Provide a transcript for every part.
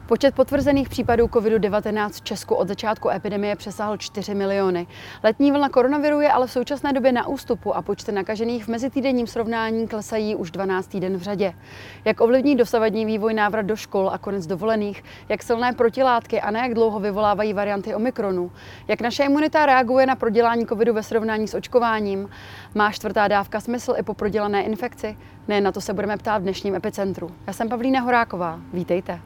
Počet potvrzených případů COVID-19 v Česku od začátku epidemie přesáhl 4 miliony. Letní vlna koronaviru je ale v současné době na ústupu a počty nakažených v mezitýdenním srovnání klesají už 12. den v řadě. Jak ovlivní dosavadní vývoj návrat do škol a konec dovolených, jak silné protilátky a na jak dlouho vyvolávají varianty Omikronu, jak naše imunita reaguje na prodělání covidu ve srovnání s očkováním, má čtvrtá dávka smysl i po prodělané infekci? Ne, na to se budeme ptát v dnešním Epicentru. Já jsem Pavlína Horáková, vítejte.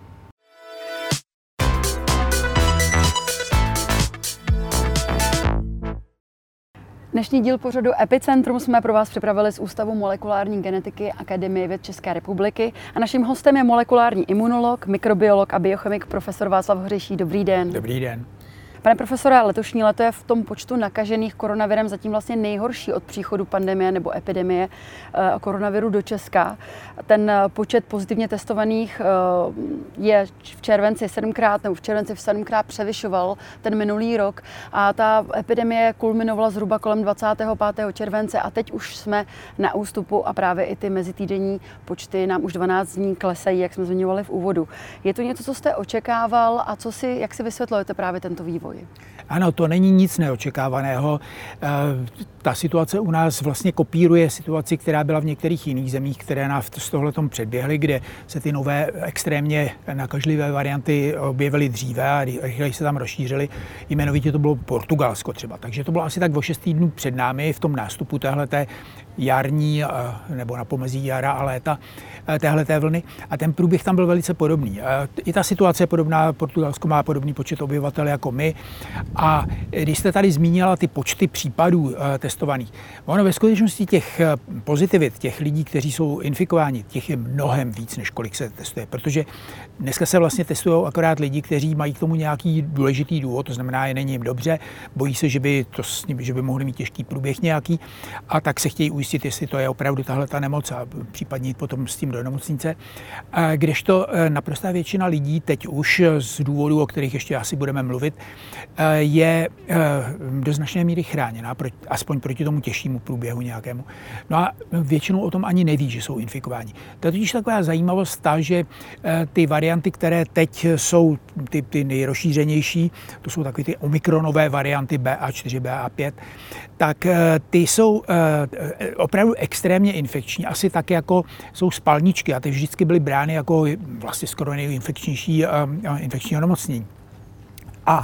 Dnešní díl pořadu Epicentrum jsme pro vás připravili z Ústavu molekulární genetiky Akademie věd České republiky a naším hostem je molekulární imunolog, mikrobiolog a biochemik profesor Václav Hořejší. Dobrý den. Dobrý den. Pane profesore, letošní leto je v tom počtu nakažených koronavirem zatím vlastně nejhorší od příchodu pandemie nebo epidemie koronaviru do Česka. Ten počet pozitivně testovaných je v červenci 7krát převyšoval ten minulý rok a ta epidemie kulminovala zhruba kolem 25. července a teď už jsme na ústupu a právě i ty mezitýdenní počty nám už 12 dní klesají, jak jsme zmiňovali v úvodu. Je to něco, co jste očekával a jak si vysvětlujete právě tento vývoj? Ano, to není nic neočekávaného. Ta situace u nás vlastně kopíruje situaci, která byla v některých jiných zemích, které nás z tohletom předběhly, kde se ty nové extrémně nakažlivé varianty objevily dříve a rychleji se tam rozšířily. Jmenovitě to bylo Portugalsko třeba. Takže to bylo asi tak o 6 týdnů před námi v tom nástupu téhleté jarní nebo na pomezí jara a léta téhleté vlny. A ten průběh tam byl velice podobný. I ta situace je podobná, Portugalsko má podobný počet obyvatel jako my. A když jste tady zmínila ty počty případů testovaných, ono ve skutečnosti těch pozitivit, těch lidí, kteří jsou infikováni, těch je mnohem víc, než kolik se testuje. Protože dneska se vlastně testují akorát lidi, kteří mají k tomu nějaký důležitý důvod, to znamená, že není jim dobře, bojí se, že by mohli mít těžký průběh nějaký a tak se chtějí ujistit, jestli to je opravdu tahle ta nemoc a případně jít potom s tím do nemocnice. Kdežto naprostá většina lidí teď už z důvodů, o kterých ještě asi budeme mluvit, je do značné míry chráněná, aspoň proti tomu těžšímu průběhu nějakému. No a většinou o tom ani neví, že jsou infikováni. To je totiž taková zajímavost ta, že ty varianty, které teď jsou ty nejrozšířenější, to jsou takové ty omikronové varianty BA4, BA5, tak ty jsou opravdu extrémně infekční, asi tak jako jsou spalničky a ty vždycky byly brány jako vlastně skoro nejinfekčnější infekční onemocnění. A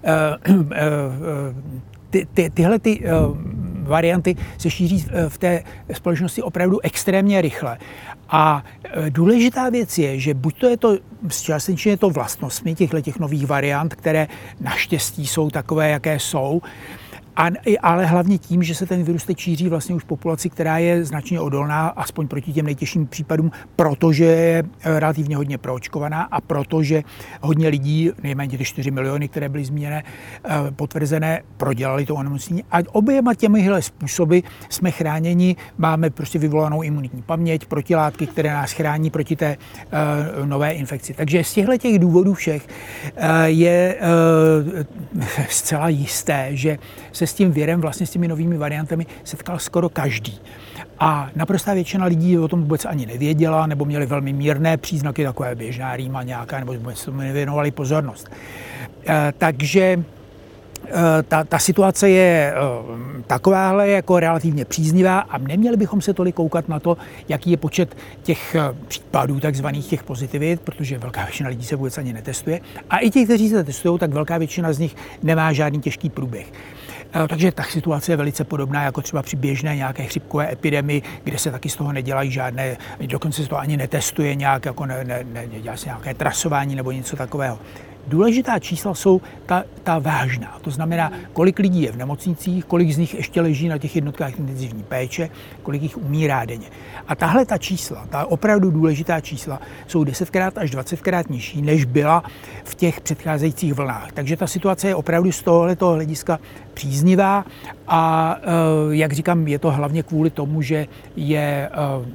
tyhle varianty se šíří v té společnosti opravdu extrémně rychle. A důležitá věc je, že buď to je to částečně to vlastnostmi těch nových variant, které naštěstí jsou takové, jaké jsou, ale hlavně tím, že se ten virus teď šíří vlastně už v populaci, která je značně odolná, aspoň proti těm nejtěžším případům, protože je relativně hodně proočkovaná a protože hodně lidí, nejméně ty 4 miliony, které byly zmíněné, potvrzené, prodělali to onemocnění. A oběma těmihle způsoby jsme chráněni, máme prostě vyvolanou imunitní paměť, protilátky, které nás chrání proti té nové infekci. Takže z těchto důvodů všech je zcela jisté, že se s tím virem, vlastně s těmi novými variantami setkal skoro každý. A naprostá většina lidí o tom vůbec ani nevěděla, nebo měli velmi mírné příznaky, takové běžná rýma nějaká, nebo vůbec tomu nevěnovali pozornost. Takže ta situace je takováhle jako relativně příznivá a neměli bychom se tolik koukat na to, jaký je počet těch případů, takzvaných těch pozitivit, protože velká většina lidí se vůbec ani netestuje. A i ti, kteří se testují, tak velká většina z nich nemá žádný těžký průběh. Takže ta situace je velice podobná jako třeba při běžné nějaké chřipkové epidemii, kde se taky z toho nedělají žádné, dokonce se to ani netestuje nějak, jako nedělá se nějaké trasování nebo něco takového. Důležitá čísla jsou ta vážná, to znamená, kolik lidí je v nemocnicích, kolik z nich ještě leží na těch jednotkách intenzivní péče, kolik jich umírá denně. A tahle ta čísla, ta opravdu důležitá čísla, jsou 10krát až 20krát nižší, než byla v těch předcházejících vlnách. Takže ta situace je opravdu z tohoto hlediska příznivá a jak říkám, je to hlavně kvůli tomu, že je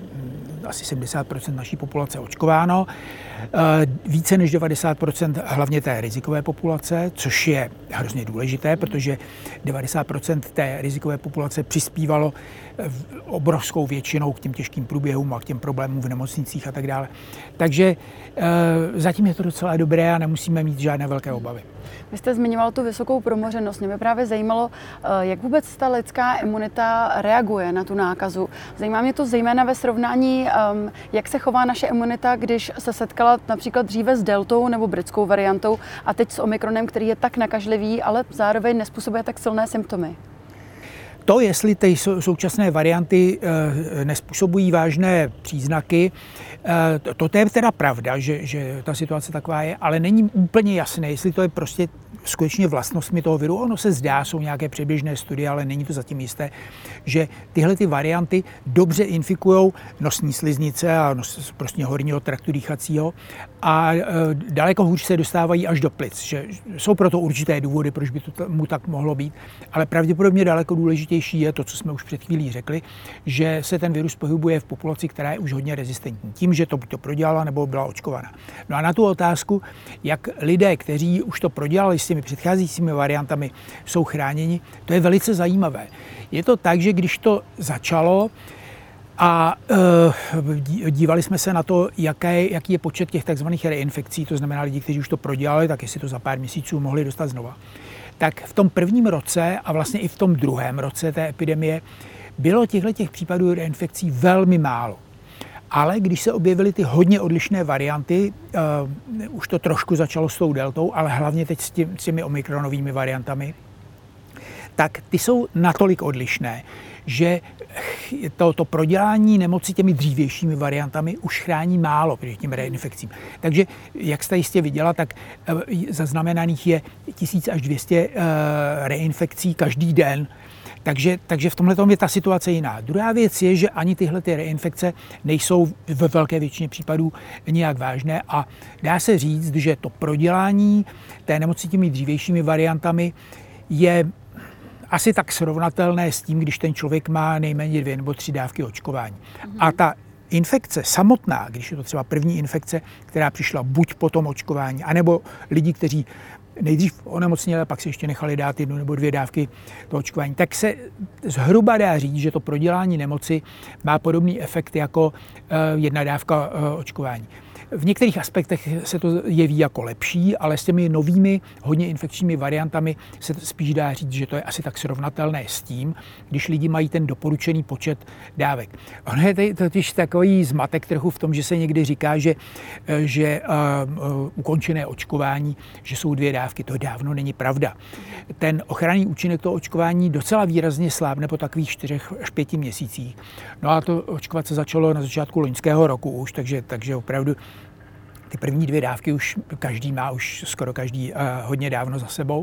asi 70% naší populace očkováno, více než 90% hlavně té rizikové populace, což je hrozně důležité, protože 90% té rizikové populace přispívalo obrovskou většinou k těm těžkým průběhům a k těm problémům v nemocnicích a tak dále. Takže zatím je to docela dobré a nemusíme mít žádné velké obavy. Vy jste zmiňoval tu vysokou promořenost. Mě by právě zajímalo, jak vůbec ta lidská imunita reaguje na tu nákazu. Zajímá mě to zejména ve srovnání, jak se chová naše imunita, když se setkala například dříve s deltou nebo britskou variantou a teď s omikronem, který je tak nakažlivý, ale zároveň nezpůsobuje tak silné symptomy. To, jestli ty současné varianty nezpůsobují vážné příznaky, to je teda pravda, že ta situace taková je, ale není úplně jasné, jestli to je prostě skutečně vlastnostmi toho viru. Ono se zdá, jsou nějaké předběžné studie, ale není to zatím jisté, že tyhle ty varianty dobře infikují nosní sliznice a prostě horního traktu dýchacího a daleko hůř se dostávají až do plic. Že jsou proto určité důvody, proč by to mu tak mohlo být, ale pravděpodobně daleko důležitější je to, co jsme už před chvílí řekli, že se ten virus pohybuje v populaci, která je už hodně rezistentní. Tím, že to buď to prodělala, nebo byla očkovaná. No a na tu otázku, jak lidé, kteří už to prodělali s těmi předcházejícími variantami, jsou chráněni, to je velice zajímavé. Je to tak, že když to začalo a dívali jsme se na to, jaký je počet těch takzvaných reinfekcí, to znamená lidí, kteří už to prodělali, tak jestli to za pár měsíců mohli dostat znova. Tak v tom prvním roce a vlastně i v tom druhém roce té epidemie bylo těchto případů reinfekcí velmi málo. Ale když se objevily ty hodně odlišné varianty, už to trošku začalo s tou deltou, ale hlavně teď s těmi omikronovými variantami, tak ty jsou natolik odlišné, že to prodělání nemoci těmi dřívějšími variantami už chrání málo proti těm reinfekcím. Takže, jak jste jistě viděla, tak zaznamenaných je 1000 až 200 reinfekcí každý den. Takže v tomhle je ta situace jiná. Druhá věc je, že ani tyhle ty reinfekce nejsou ve velké většině případů nijak vážné a dá se říct, že to prodělání té nemoci těmi dřívějšími variantami je asi tak srovnatelné s tím, když ten člověk má nejméně 2 nebo 3 dávky očkování. A ta infekce samotná, když je to třeba první infekce, která přišla buď po tom očkování, anebo lidi, kteří nejdřív onemocněli, pak si ještě nechali dát 1 nebo 2 dávky toho očkování, tak se zhruba dá říct, že to prodělání nemoci má podobný efekt jako 1 dávka očkování. V některých aspektech se to jeví jako lepší, ale s těmi novými hodně infekčními variantami se spíš dá říct, že to je asi tak srovnatelné s tím, když lidi mají ten doporučený počet dávek. Ono je totiž takový zmatek trochu v tom, že se někdy říká, že ukončené očkování, že jsou 2 dávky. To dávno není pravda. Ten ochranný účinek toho očkování docela výrazně slábne po takových 4 až 5 měsících. No a to očkovat se začalo na začátku loňského roku už, takže opravdu ty první 2 dávky už každý má, už skoro každý hodně dávno za sebou.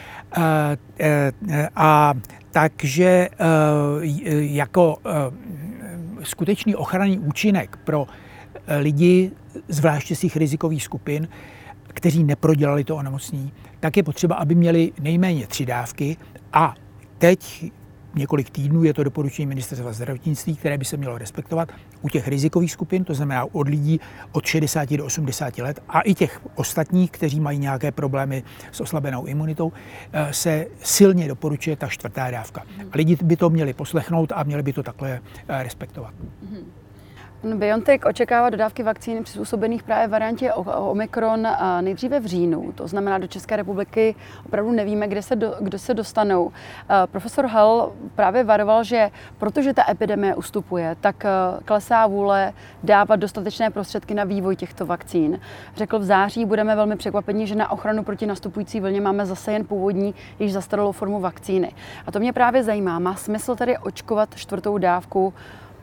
A takže jako skutečný ochranný účinek pro lidi, zvláště z těch rizikových skupin, kteří neprodělali to onemocnění, tak je potřeba, aby měli nejméně 3 dávky a teď několik týdnů je to doporučení Ministerstva zdravotnictví, které by se mělo respektovat u těch rizikových skupin, to znamená od lidí od 60 do 80 let a i těch ostatních, kteří mají nějaké problémy s oslabenou imunitou, se silně doporučuje ta 4. dávka. A lidi by to měli poslechnout a měli by to takhle respektovat. BioNTech očekává dodávky vakcín přizpůsobených právě variantě Omikron nejdříve v říjnu. To znamená, do České republiky opravdu nevíme, kdo se dostanou. Profesor Hall právě varoval, že protože ta epidemie ustupuje, tak klesá vůle dávat dostatečné prostředky na vývoj těchto vakcín. Řekl, v září budeme velmi překvapeni, že na ochranu proti nastupující vlně máme zase jen původní, již zastaralou formu vakcíny. A to mě právě zajímá. Má smysl tedy očkovat 4. dávku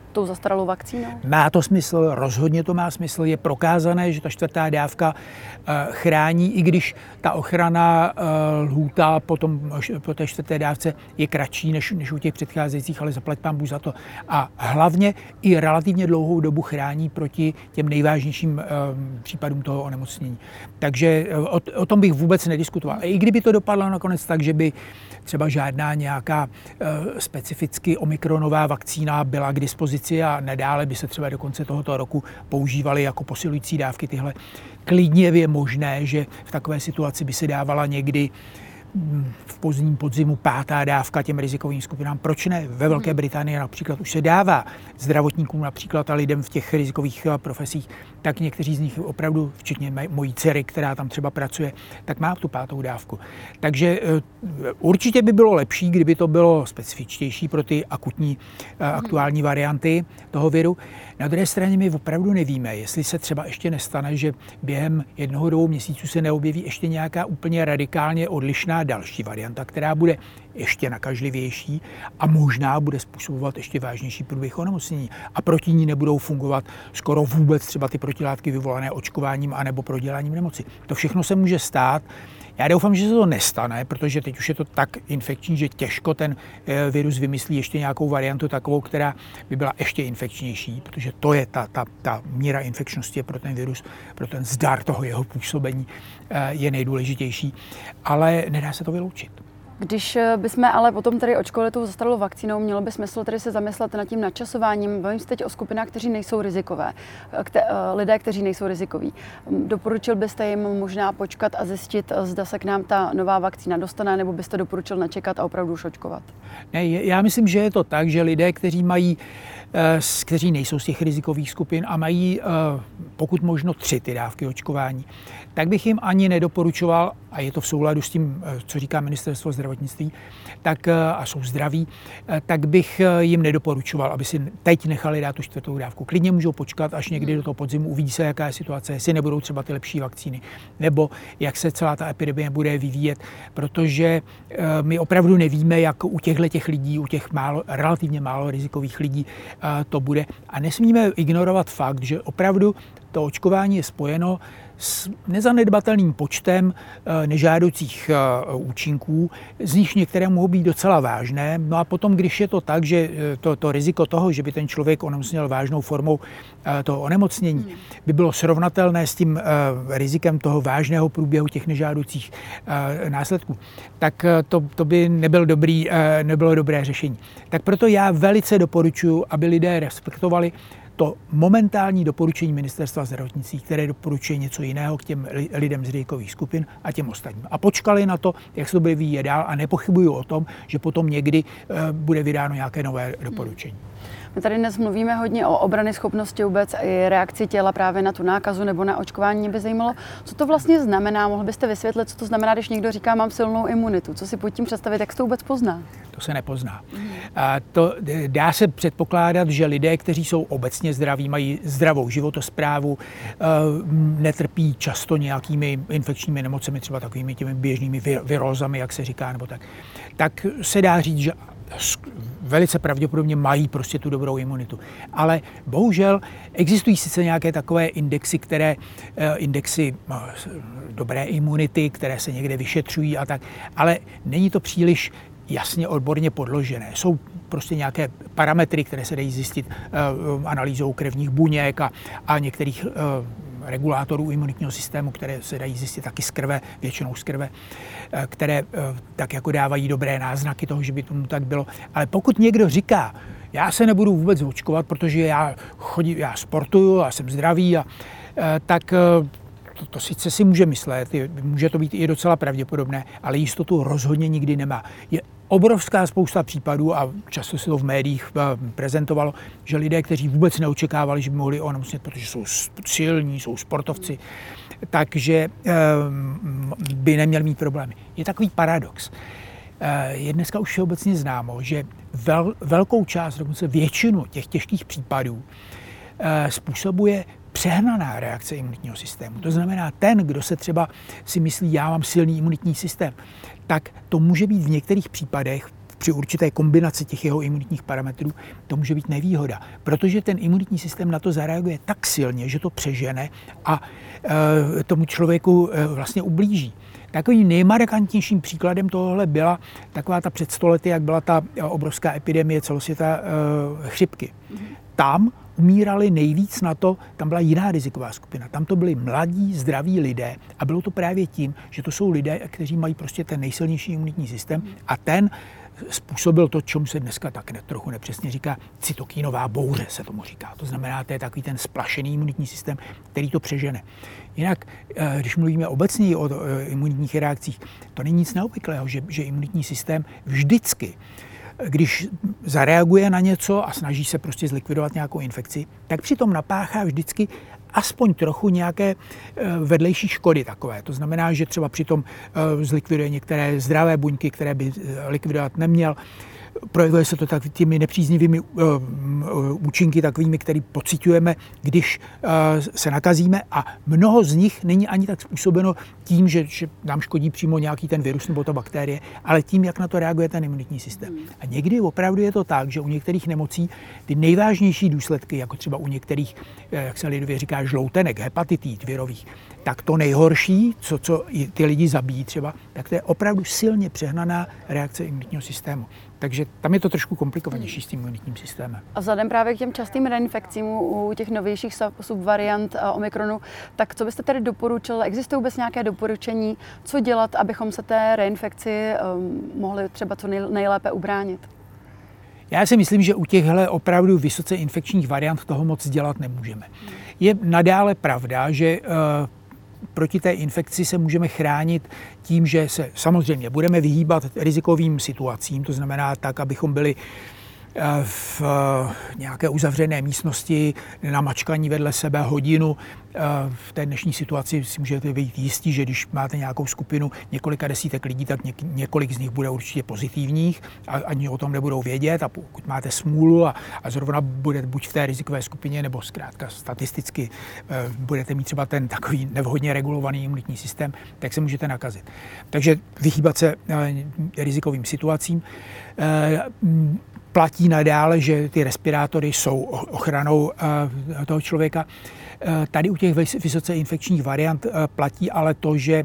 tou zastaralou vakcínou? Má to smysl, rozhodně to má smysl. Je prokázané, že ta 4. dávka chrání, i když ta ochrana lhůta po té 4. dávce je kratší než u těch předcházejících, ale zaplať pán Bůh za to. A hlavně i relativně dlouhou dobu chrání proti těm nejvážnějším případům toho onemocnění. Takže o tom bych vůbec nediskutoval. I kdyby to dopadlo nakonec tak, že by třeba žádná nějaká specificky omikronová vakcína byla k dispozici a nadále by se třeba do konce tohoto roku používaly jako posilující dávky tyhle. Klidně je možné, že v takové situaci by se dávala někdy v pozdním podzimu 5. dávka těm rizikovým skupinám. Proč ne? Ve Velké Británii například už se dává zdravotníkům například a lidem v těch rizikových profesích, tak někteří z nich opravdu, včetně mojí dcery, která tam třeba pracuje, tak má tu 5. dávku. Takže určitě by bylo lepší, kdyby to bylo specifičtější pro ty aktuální varianty toho viru. Na druhé straně my opravdu nevíme, jestli se třeba ještě nestane, že během 1-2 měsíců se neobjeví ještě nějaká úplně radikálně odlišná další varianta, která bude ještě nakažlivější a možná bude způsobovat ještě vážnější průběh onemocnění. A proti ní nebudou fungovat skoro vůbec třeba ty protilátky vyvolané očkováním anebo proděláním nemoci. To všechno se může stát. Já doufám, že se to nestane, protože teď už je to tak infekční, že těžko ten virus vymyslí ještě nějakou variantu takovou, která by byla ještě infekčnější, protože to je ta míra infekčnosti pro ten virus, pro ten zdar toho jeho působení je nejdůležitější, ale nedá se to vyloučit. Když bychom ale potom tady očkovali tou zastaralou vakcínou, mělo by smysl tedy se zamyslet nad tím načasováním. Bavím se teď o skupinách, kteří nejsou rizikové. Lidé, kteří nejsou rizikoví. Doporučil byste jim možná počkat a zjistit, zda se k nám ta nová vakcína dostane, nebo byste doporučil nečekat a opravdu už očkovat? Ne, já myslím, že je to tak, že lidé, kteří nejsou z těch rizikových skupin a mají pokud možno 3 ty dávky očkování, tak bych jim ani nedoporučoval, a je to v souladu s tím, co říká Ministerstvo zdravotnictví, a jsou zdraví, tak bych jim nedoporučoval, aby si teď nechali dát tu 4. dávku. Klidně můžou počkat, až někdy do toho podzimu, uvidí se, jaká je situace, jestli nebudou třeba ty lepší vakcíny, nebo jak se celá ta epidemie bude vyvíjet, protože my opravdu nevíme, jak u těch lidí, u těch relativně málo rizikových lidí to bude. A nesmíme ignorovat fakt, že opravdu to očkování je spojeno s nezanedbatelným počtem nežádoucích účinků, z nich některé mohou být docela vážné. No a potom, když je to tak, že to riziko toho, že by ten člověk onemocněl vážnou formou toho onemocnění, by bylo srovnatelné s tím rizikem toho vážného průběhu těch nežádoucích následků, tak to by nebylo dobré řešení. Tak proto já velice doporučuji, aby lidé respektovali to momentální doporučení Ministerstva zdravotnictví, které doporučuje něco jiného k těm lidem z rizikových skupin a těm ostatním. A počkali na to, jak se to bude vyvíjet dál a nepochybují o tom, že potom někdy bude vydáno nějaké nové doporučení. My tady dnes mluvíme hodně o obranyschopnosti vůbec i reakci těla právě na tu nákazu nebo na očkování. Mě by zajímalo, co to vlastně znamená. Mohl byste vysvětlit, co to znamená, když někdo říká, mám silnou imunitu? Co si pod tím představit, jak se to vůbec pozná? To se nepozná. To dá se předpokládat, že lidé, kteří jsou obecně zdraví, mají zdravou životosprávu, netrpí často nějakými infekčními nemocemi, třeba takovými těmi běžnými virózami, jak se říká, nebo tak se dá říct, že velice pravděpodobně mají prostě tu dobrou imunitu. Ale bohužel existují sice nějaké takové indexy dobré imunity, které se někde vyšetřují a tak, ale není to příliš jasně odborně podložené. Jsou prostě nějaké parametry, které se dají zjistit analýzou krevních buněk a některých regulátorů imunitního systému, které se dají zjistit taky z krve, většinou z krve, které tak jako dávají dobré náznaky toho, že by tomu tak bylo. Ale pokud někdo říká, já se nebudu vůbec očkovat, protože já sportuju a jsem zdravý, tak to sice si může myslet, může to být i docela pravděpodobné, ale jistotu rozhodně nikdy nemá. Je obrovská spousta případů a často se to v médiích prezentovalo, že lidé, kteří vůbec neočekávali, že by mohli onemocnit, protože jsou silní, jsou sportovci, takže by neměli mít problémy. Je takový paradox. Je dneska už všeobecně známo, že velkou část, dokonce většinu těch těžkých případů způsobuje přehnaná reakce imunitního systému. To znamená, ten, kdo se třeba si myslí, já mám silný imunitní systém, tak to může být v některých případech, při určité kombinaci těch jeho imunitních parametrů to může být nevýhoda, protože ten imunitní systém na to zareaguje tak silně, že to přežene a tomu člověku vlastně ublíží. Takovým nejmarkantnějším příkladem tohohle byla taková ta před 100 lety, jak byla ta obrovská epidemie celosvětové chřipky. Tam umírali nejvíc na to, tam byla jiná riziková skupina. Tam to byli mladí, zdraví lidé a bylo to právě tím, že to jsou lidé, kteří mají prostě ten nejsilnější imunitní systém a ten způsobil to, čemu se dneska tak trochu nepřesně říká, cytokinová bouře se tomu říká. To znamená, to je takový ten splašený imunitní systém, který to přežene. Jinak, když mluvíme obecně o imunitních reakcích, to není nic neobvyklého, že imunitní systém vždycky, když zareaguje na něco a snaží se prostě zlikvidovat nějakou infekci, tak přitom napáchá vždycky aspoň trochu nějaké vedlejší škody takové. To znamená, že třeba přitom zlikviduje některé zdravé buňky, které by likvidovat neměl. Projevuje se to tak těmi nepříznivými účinky, takovými, které pociťujeme, když se nakazíme a mnoho z nich není ani tak způsobeno tím, že nám škodí přímo nějaký ten virus nebo ta bakterie, ale tím, jak na to reaguje ten imunitní systém. A někdy opravdu je to tak, že u některých nemocí ty nejvážnější důsledky, jako třeba u některých, jak se lidově říká, žloutenek, hepatitid virových, tak to nejhorší, co ty lidi zabíjí třeba, tak to je opravdu silně přehnaná reakce imunitního systému. Takže tam je to trošku komplikovanější s tím imunitním systémem. A vzhledem právě k těm častým reinfekcím u těch novějších subvariant Omikronu, tak co byste tedy doporučil? Existují vůbec nějaké doporučení, co dělat, abychom se té reinfekci mohli třeba co nejlépe ubránit? Já si myslím, že u těchto opravdu vysoce infekčních variant toho moc dělat nemůžeme. Je nadále pravda, že proti té infekci se můžeme chránit tím, že se samozřejmě budeme vyhýbat rizikovým situacím, to znamená tak, abychom byli v nějaké uzavřené místnosti, namačkaní vedle sebe hodinu. V té dnešní situaci si můžete být jistí, že když máte nějakou skupinu několika desítek lidí, tak několik z nich bude určitě pozitivních a ani o tom nebudou vědět. A pokud máte smůlu a zrovna budete buď v té rizikové skupině, nebo zkrátka statisticky budete mít třeba ten takový nevhodně regulovaný imunitní systém, tak se můžete nakazit. Takže vyhýbat se rizikovým situacím. Platí nadále, že ty respirátory jsou ochranou toho člověka. Tady u těch vysoce infekčních variant platí ale to, že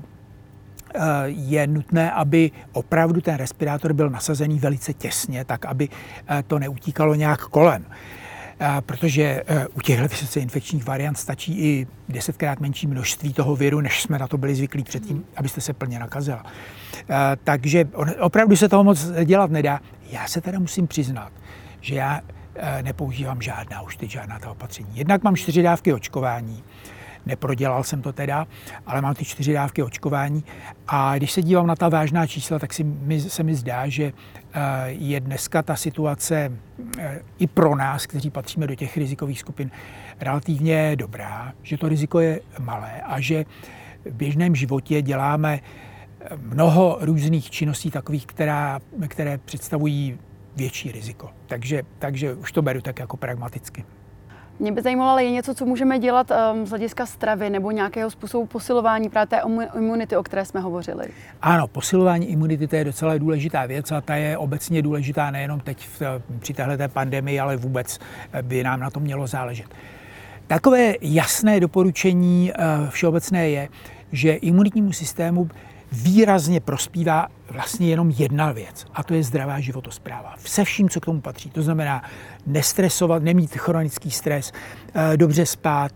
je nutné, aby opravdu ten respirátor byl nasazený velice těsně, tak aby to neutíkalo nějak kolem. Protože u těchto vysoce infekčních variant stačí i 10krát menší množství toho viru, než jsme na to byli zvyklí předtím, abyste se plně nakazila. Takže opravdu se toho moc dělat nedá. Já se teda musím přiznat, že já nepoužívám žádná ta opatření. Jednak mám 4 dávky očkování, neprodělal jsem to teda, ale mám ty 4 dávky očkování a když se dívám na ta vážná čísla, tak se mi zdá, že je dneska ta situace i pro nás, kteří patříme do těch rizikových skupin, relativně dobrá, že to riziko je malé a že v běžném životě děláme mnoho různých činností takových, které představují větší riziko. Takže už to beru tak jako pragmaticky. Mě by zajímalo, ale je něco, co můžeme dělat z hlediska stravy nebo nějakého způsobu posilování právě té imunity, o které jsme hovořili? Ano, posilování imunity, to je docela důležitá věc a ta je obecně důležitá nejenom teď při téhleté pandemii, ale vůbec by nám na to mělo záležet. Takové jasné doporučení všeobecné je, že imunitnímu systému výrazně prospívá vlastně jenom jedna věc, a to je zdravá životospráva. Se vším, co k tomu patří. To znamená nestresovat, nemít chronický stres, dobře spát,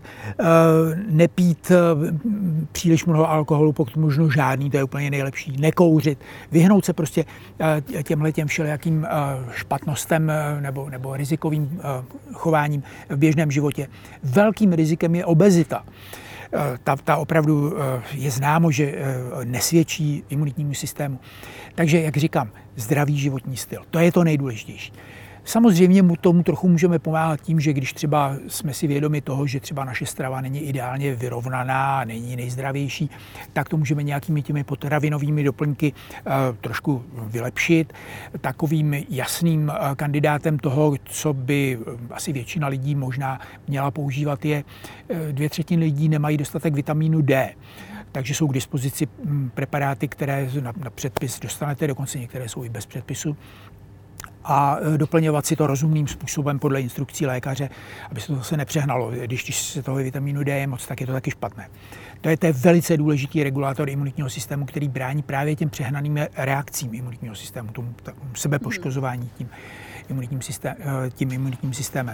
nepít příliš mnoho alkoholu, pokud možno žádný, to je úplně nejlepší, nekouřit, vyhnout se prostě těmhletěm všelijakým špatnostem nebo rizikovým chováním v běžném životě. Velkým rizikem je obezita. Ta opravdu je známo, že nesvědčí imunitnímu systému. Takže, jak říkám, zdravý životní styl. To je to nejdůležitější. Samozřejmě tomu trochu můžeme pomáhat tím, že když třeba jsme si vědomi toho, že třeba naše strava není ideálně vyrovnaná, není nejzdravější, tak to můžeme nějakými těmi potravinovými doplňky trošku vylepšit. Takovým jasným kandidátem toho, co by asi většina lidí možná měla používat, je 2/3 lidí nemají dostatek vitamínu D. Takže jsou k dispozici preparáty, které na předpis dostanete, dokonce některé jsou i bez předpisu. a doplňovat si to rozumným způsobem podle instrukcí lékaře, aby se to zase nepřehnalo. Když se toho vitamínu D je moc, tak je to taky špatné. To je velice důležitý regulátor imunitního systému, který brání právě těm přehnaným reakcím imunitního systému, tomu sebepoškozování tím imunitním systémem.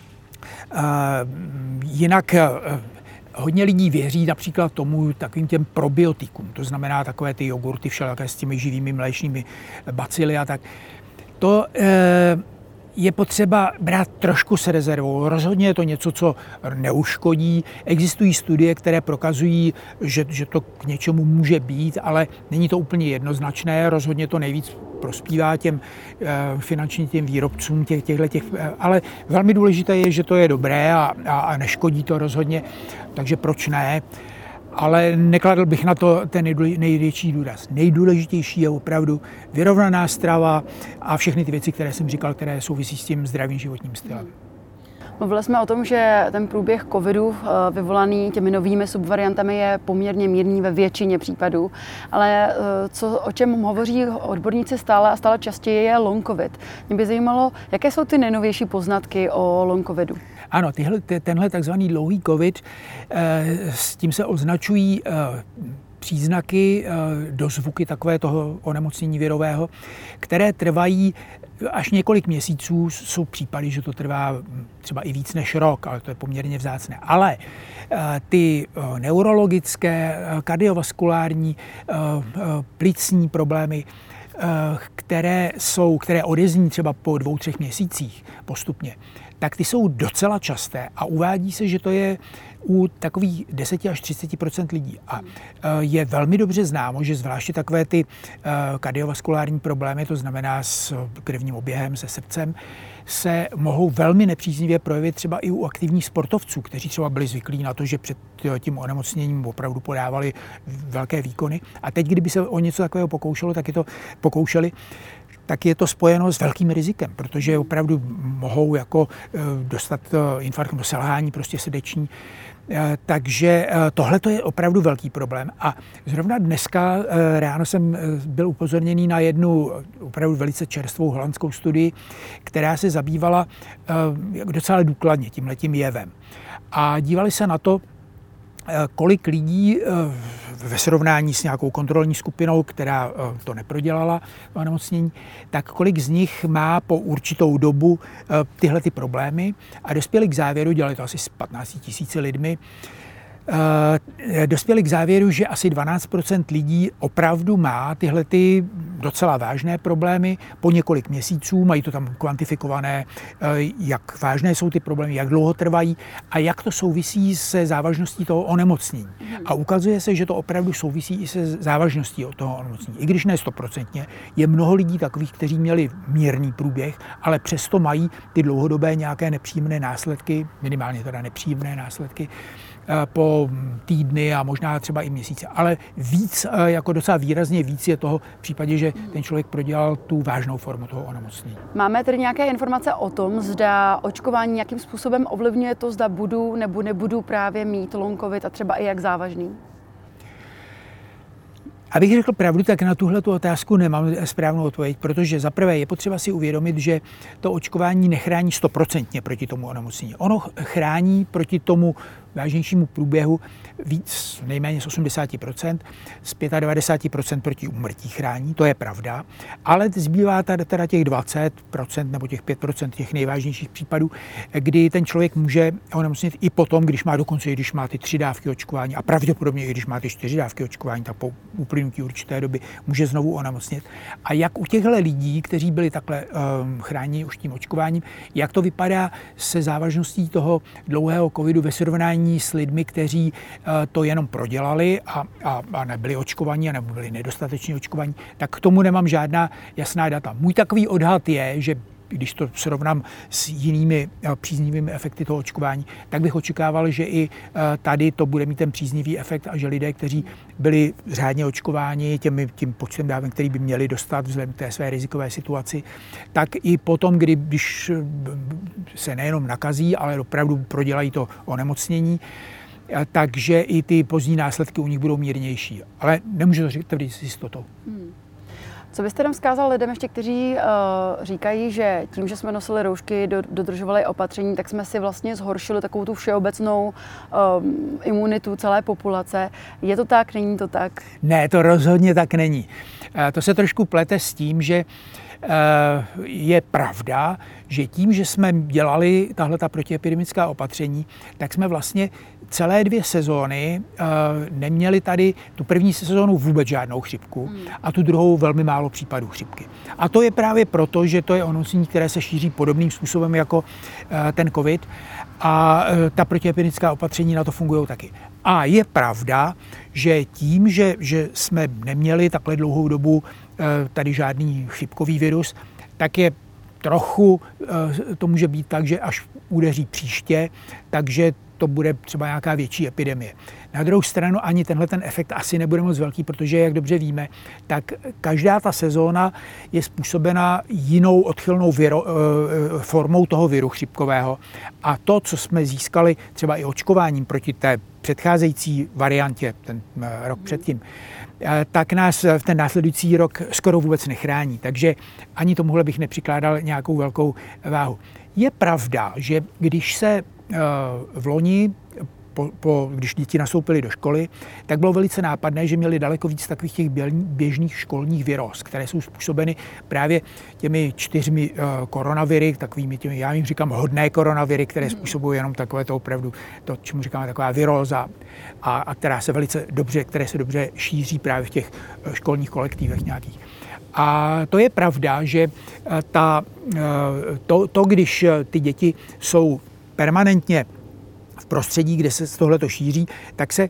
Jinak hodně lidí věří například tomu takovým těm probiotikům, to znamená takové ty jogurty všelijaké s těmi živými mléčnými bacily a tak. To je potřeba brát trošku s rezervou. Rozhodně je to něco, co neuškodí. Existují studie, které prokazují, že to k něčemu může být, ale není to úplně jednoznačné. Rozhodně to nejvíc prospívá těm finančně těm výrobcům těchto. Ale velmi důležité je, že to je dobré a neškodí to rozhodně, takže proč ne? Ale nekladl bych na to ten největší důraz. Nejdůležitější je opravdu vyrovnaná strava a všechny ty věci, které jsem říkal, které souvisí s tím zdravým životním stylem. Mluvili jsme o tom, že ten průběh covidu vyvolaný těmi novými subvariantami je poměrně mírný ve většině případů, ale o čem hovoří odborníci stále a stále častěji je long covid. Mě by zajímalo, jaké jsou ty nejnovější poznatky o long covidu. Ano, tenhle takzvaný dlouhý covid, s tím se označují příznaky, dozvuky takové toho onemocnění virového, které trvají až několik měsíců. Jsou případy, že to trvá třeba i víc než rok, ale to je poměrně vzácné. Ale ty neurologické, kardiovaskulární, plicní problémy, které odezní třeba po 2-3 měsících postupně, tak ty jsou docela časté a uvádí se, že to je u takových 10 až 30% lidí. A je velmi dobře známo, že zvláště takové ty kardiovaskulární problémy, to znamená s krevním oběhem, se srdcem, se mohou velmi nepříznivě projevit třeba i u aktivních sportovců, kteří třeba byli zvyklí na to, že před tím onemocněním opravdu podávali velké výkony. A teď, kdyby se o něco takového pokoušeli, tak je to spojeno s velkým rizikem, protože opravdu mohou jako dostat infarkt nebo selhání prostě srdeční. Takže tohle je opravdu velký problém. A zrovna dneska ráno jsem byl upozorněný na jednu opravdu velice čerstvou holandskou studii, která se zabývala docela důkladně tímhletím jevem. A dívali se na to, kolik lidí ve srovnání s nějakou kontrolní skupinou, která to neprodělala, onemocnění, tak kolik z nich má po určitou dobu tyhle ty problémy a dospěli k závěru, dělali to asi s 15 000 lidmi, dospěli k závěru, že asi 12% lidí opravdu má tyhle ty docela vážné problémy po několik měsíců, mají to tam kvantifikované, jak vážné jsou ty problémy, jak dlouho trvají a jak to souvisí se závažností toho onemocnění. A ukazuje se, že to opravdu souvisí i se závažností toho onemocnění. I když ne 100%, je mnoho lidí takových, kteří měli mírný průběh, ale přesto mají ty dlouhodobé nějaké nepříjemné následky, minimálně teda nepříjemné následky, po týdny a možná třeba i měsíce. Ale víc, jako docela výrazně víc je toho v případě, že ten člověk prodělal tu vážnou formu toho onemocnění. Máme tedy nějaké informace o tom, zda očkování nějakým způsobem ovlivňuje to, zda budu nebo nebudu právě mít long covid a třeba i jak závažný? Abych řekl pravdu, tak na tuhletu otázku nemám správnou odpověď, protože zaprvé je potřeba si uvědomit, že to očkování nechrání 100% proti tomu onemocnění. Ono chrání proti tomu vážnějšímu průběhu víc, nejméně z 80%, z 95% proti úmrtí chrání, to je pravda, ale zbývá teda těch 20% nebo těch 5% těch nejvážnějších případů, kdy ten člověk může onemocnit i potom, když má dokonce, když má ty 3 dávky očkování a pravděpodobně i když má ty 4 dávky očkování, tak po uplynutí určité doby může znovu onemocnit. A jak u těchto lidí, kteří byli takhle chráněni už tím očkováním, jak to vypadá se závažností toho dlouhého covidu ve srovnání s lidmi, kteří to jenom prodělali a nebyli očkovaní a nebo byli nedostatečně očkovaní, tak k tomu nemám žádná jasná data. Můj takový odhad je, že když to srovnám s jinými příznivými efekty toho očkování, tak bych očekával, že i tady to bude mít ten příznivý efekt a že lidé, kteří byli řádně očkováni tím počtem dávek, který by měli dostat vzhledem k té své rizikové situaci, tak i potom, když se nejenom nakazí, ale opravdu prodělají to onemocnění, takže i ty pozdní následky u nich budou mírnější. Ale nemůžu to říct s jistotou. Co byste tam vzkázal lidem ještě, kteří říkají, že tím, že jsme nosili roušky, dodržovali opatření, tak jsme si vlastně zhoršili takovou tu všeobecnou imunitu celé populace. Je to tak, není to tak? Ne, to rozhodně tak není. To se trošku plete s tím, že je pravda, že tím, že jsme dělali tahle ta protiepidemická opatření, tak jsme vlastně celé 2 sezóny neměli tady tu první sezónu vůbec žádnou chřipku a tu druhou velmi málo případů chřipky. A to je právě proto, že to je onemocnění, které se šíří podobným způsobem jako ten covid a ta protiepidemická opatření na to fungují taky. A je pravda, že tím, že jsme neměli takhle dlouhou dobu tady žádný chřipkový virus, tak je trochu, to může být tak, že až udeří příště, takže to bude třeba nějaká větší epidemie. Na druhou stranu ani tenhle ten efekt asi nebude moc velký, protože, jak dobře víme, tak každá ta sezóna je způsobena jinou odchylnou formou toho viru chřipkového. A to, co jsme získali třeba i očkováním proti té předcházející variantě, ten rok předtím, tak nás v ten následující rok skoro vůbec nechrání. Takže ani tomuhle bych nepřikládal nějakou velkou váhu. Je pravda, že když se v loni, když děti nastoupily do školy, tak bylo velice nápadné, že měli daleko víc takových těch běžných školních viróz, které jsou způsobeny právě těmi 4 koronaviry, takovými těmi, já jim říkám, hodné koronaviry, které způsobují jenom takové to opravdu, to, čemu říkáme taková viróza, a které se dobře šíří právě v těch školních kolektivech nějakých. A to je pravda, že když ty děti jsou permanentně v prostředí, kde se tohleto šíří, tak se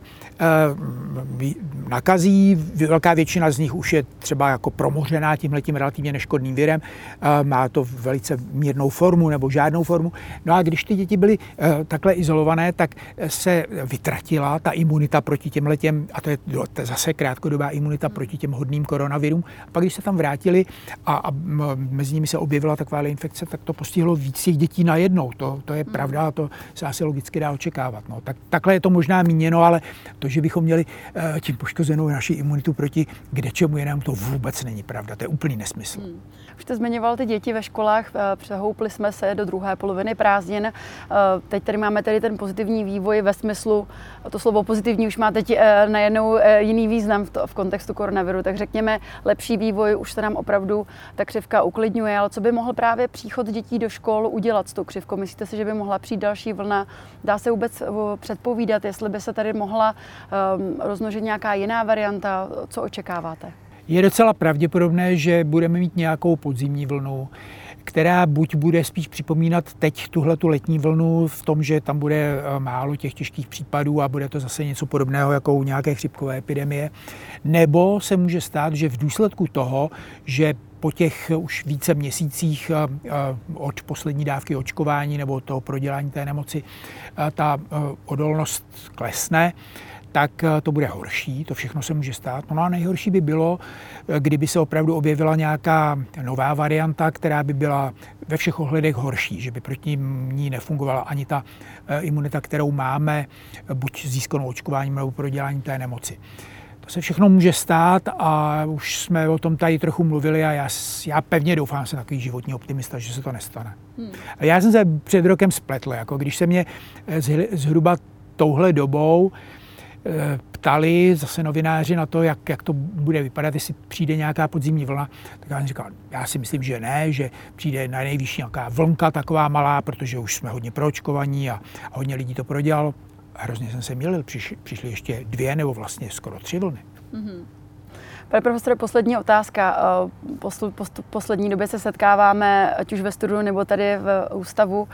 nakazí. Velká většina z nich už je třeba jako promořená tímhletím relativně neškodným virem. Má to velice mírnou formu nebo žádnou formu. No a když ty děti byly takhle izolované, tak se vytratila ta imunita proti těmhletěm, a to je zase krátkodobá imunita proti těm hodným koronavirům. A pak, když se tam vrátili a mezi nimi se objevila taková infekce, tak to postihlo víc těch dětí najednou. To je pravda a to se asi logicky dá očekávat. No, takhle je to možná míněno, ale to, že bychom měli tím poškozenou naši imunitu proti kdečemu jinému, to vůbec není pravda. To je úplný nesmysl. Už jste zmiňoval ty děti ve školách, přehoupli jsme se do druhé poloviny prázdnin. Teď tady máme ten pozitivní vývoj ve smyslu, to slovo pozitivní už má teď najednou jiný význam v kontextu koronaviru, tak řekněme lepší vývoj, už se nám opravdu ta křivka uklidňuje, ale co by mohl právě příchod dětí do škol udělat s tou křivkou? Myslíte si, že by mohla přijít další vlna? Dá se vůbec předpovídat, jestli by se tady mohla rozmnožit nějaká jiná varianta? Co očekáváte? Je docela pravděpodobné, že budeme mít nějakou podzimní vlnu, která buď bude spíš připomínat teď tuhletu letní vlnu v tom, že tam bude málo těch těžkých případů a bude to zase něco podobného jako u nějaké chřipkové epidemie, nebo se může stát, že v důsledku toho, že po těch už více měsících od poslední dávky očkování nebo toho prodělání té nemoci ta odolnost klesne, tak to bude horší, to všechno se může stát. No a nejhorší by bylo, kdyby se opravdu objevila nějaká nová varianta, která by byla ve všech ohledech horší, že by proti ní nefungovala ani ta imunita, kterou máme, buď získanou očkováním nebo proděláním té nemoci. To se všechno může stát a už jsme o tom tady trochu mluvili a já pevně doufám, že jsem takový životní optimista, že se to nestane. Já jsem se před rokem spletl, jako když se mě zhruba touhle dobou ptali zase novináři na to, jak to bude vypadat, jestli přijde nějaká podzimní vlna, tak já jsem říkal, já si myslím, že ne, že přijde na nejvyšší nějaká vlnka taková malá, protože už jsme hodně proočkovaní a hodně lidí to prodělalo. Hrozně jsem se mýlil, přišly ještě 2 nebo vlastně skoro 3 vlny. Pane profesore, poslední otázka. Poslední době se setkáváme, ať už ve studiu nebo tady v ústavu,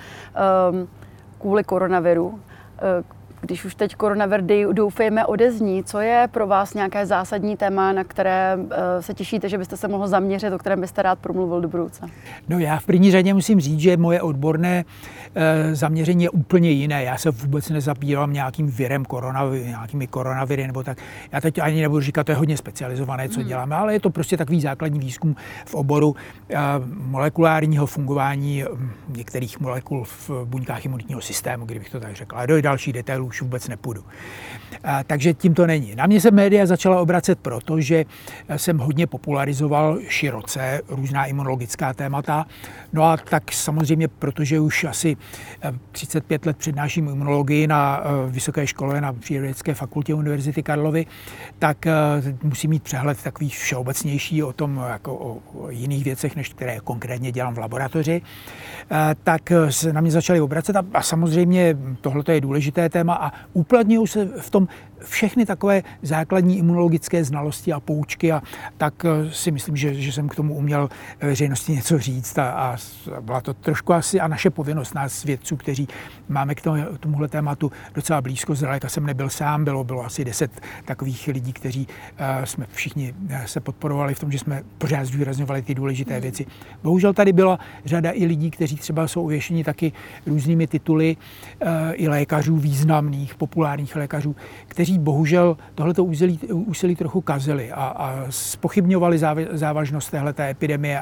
kvůli koronaviru. Když už teď koronavir doufejme odezní, co je pro vás nějaké zásadní téma, na které se těšíte, že byste se mohl zaměřit, o kterém byste rád promluvil do budoucna? No já v první řadě musím říct, že moje odborné zaměření je úplně jiné. Já se vůbec nezabývám nějakým virem nějakými koronaviry nebo tak. Já teď ani nebudu říkat, to je hodně specializované, co děláme, ale je to prostě takový základní výzkum v oboru molekulárního fungování některých molekul v buňkách imunitního systému, kdybych to tak řekl. A do dalších detailů už vůbec nepůjdu. Takže tím to není. Na mě se média začala obracet proto, že jsem hodně popularizoval široce různá imunologická témata. No a tak samozřejmě, protože už asi 35 let přednáším imunologii na vysoké škole na Přírodovědecké fakultě Univerzity Karlovy, tak musím mít přehled takový všeobecnější o tom, jako o jiných věcech, než které konkrétně dělám v laboratoři. Tak se na mě začali obracet a samozřejmě tohle je důležité téma a uplatňují se v tom všechny takové základní imunologické znalosti a poučky a tak si myslím, že jsem k tomu uměl veřejnosti něco říct a byla to trošku asi a naše povinnost nás vědců, kteří máme k tomuhle tématu docela blízko, zdaleka jsem nebyl sám, bylo asi 10 takových lidí, kteří jsme všichni se podporovali v tom, že jsme pořád zdůrazňovali ty důležité věci. Bohužel tady byla řada i lidí, kteří třeba jsou ověšeni taky různými tituly i lékařů významných, populárních lékařů, kteří bohužel tohleto úsilí trochu kazili a zpochybňovali závažnost téhleté epidemie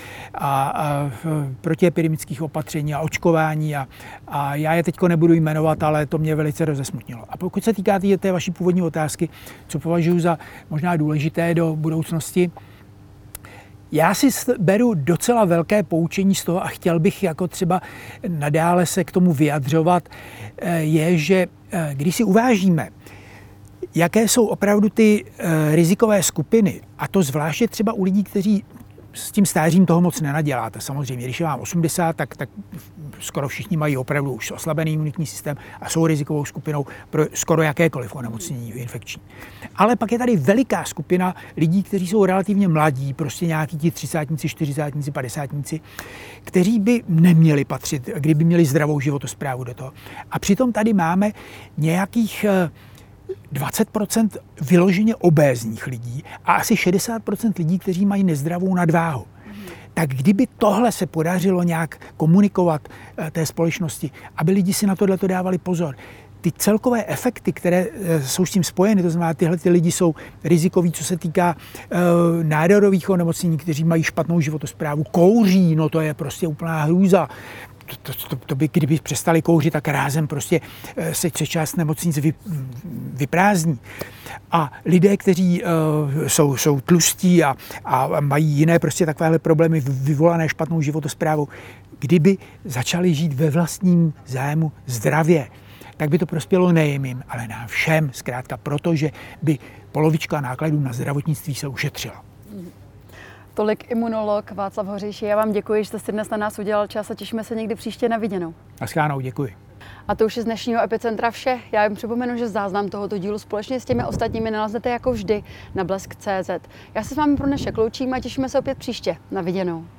a protiepidemických opatření a očkování a já je teďko nebudu jmenovat, ale to mě velice rozesmutnilo. A pokud se týká té vaší původní otázky, co považuji za možná důležité do budoucnosti, já si beru docela velké poučení z toho a chtěl bych jako třeba nadále se k tomu vyjadřovat, je, že když si uvážíme, jaké jsou opravdu ty rizikové skupiny, a to zvláště třeba u lidí, kteří s tím stářím toho moc nenaděláte. Samozřejmě, když je vám 80, tak skoro všichni mají opravdu už oslabený imunitní systém a jsou rizikovou skupinou pro skoro jakékoliv onemocnění infekční. Ale pak je tady veliká skupina lidí, kteří jsou relativně mladí, prostě nějaký ti 30, 40, 50, kteří by neměli patřit, kdyby měli zdravou životosprávu do toho. A přitom tady máme nějakých 20% vyloženě obézních lidí a asi 60% lidí, kteří mají nezdravou nadváhu. Tak kdyby tohle se podařilo nějak komunikovat té společnosti, aby lidi si na tohleto dávali pozor, ty celkové efekty, které jsou s tím spojeny, to znamená, tyhle ty lidi jsou rizikoví, co se týká nádorových onemocnění, kteří mají špatnou životosprávu, kouří, no to je prostě úplná hrůza. To by, kdyby přestali kouřit, tak rázem prostě se část nemocnic vyprázdní. A lidé, kteří jsou tlustí a mají jiné prostě takovéhle problémy vyvolané špatnou životosprávou, kdyby začali žít ve vlastním zájmu zdravě, tak by to prospělo nejen jim, ale nám všem, zkrátka protože by polovička nákladů na zdravotnictví se ušetřila. Tolik imunolog Václav Hořejší. Já vám děkuji, že jste si dnes na nás udělal čas a těšíme se někdy příště na viděnou. Naschledanou, děkuji. A to už je z dnešního Epicentra vše. Já jen připomenu, že záznam tohoto dílu společně s těmi ostatními naleznete jako vždy na blesk.cz. Já se s vámi pro dnešek loučím a těšíme se opět příště. Na viděnou.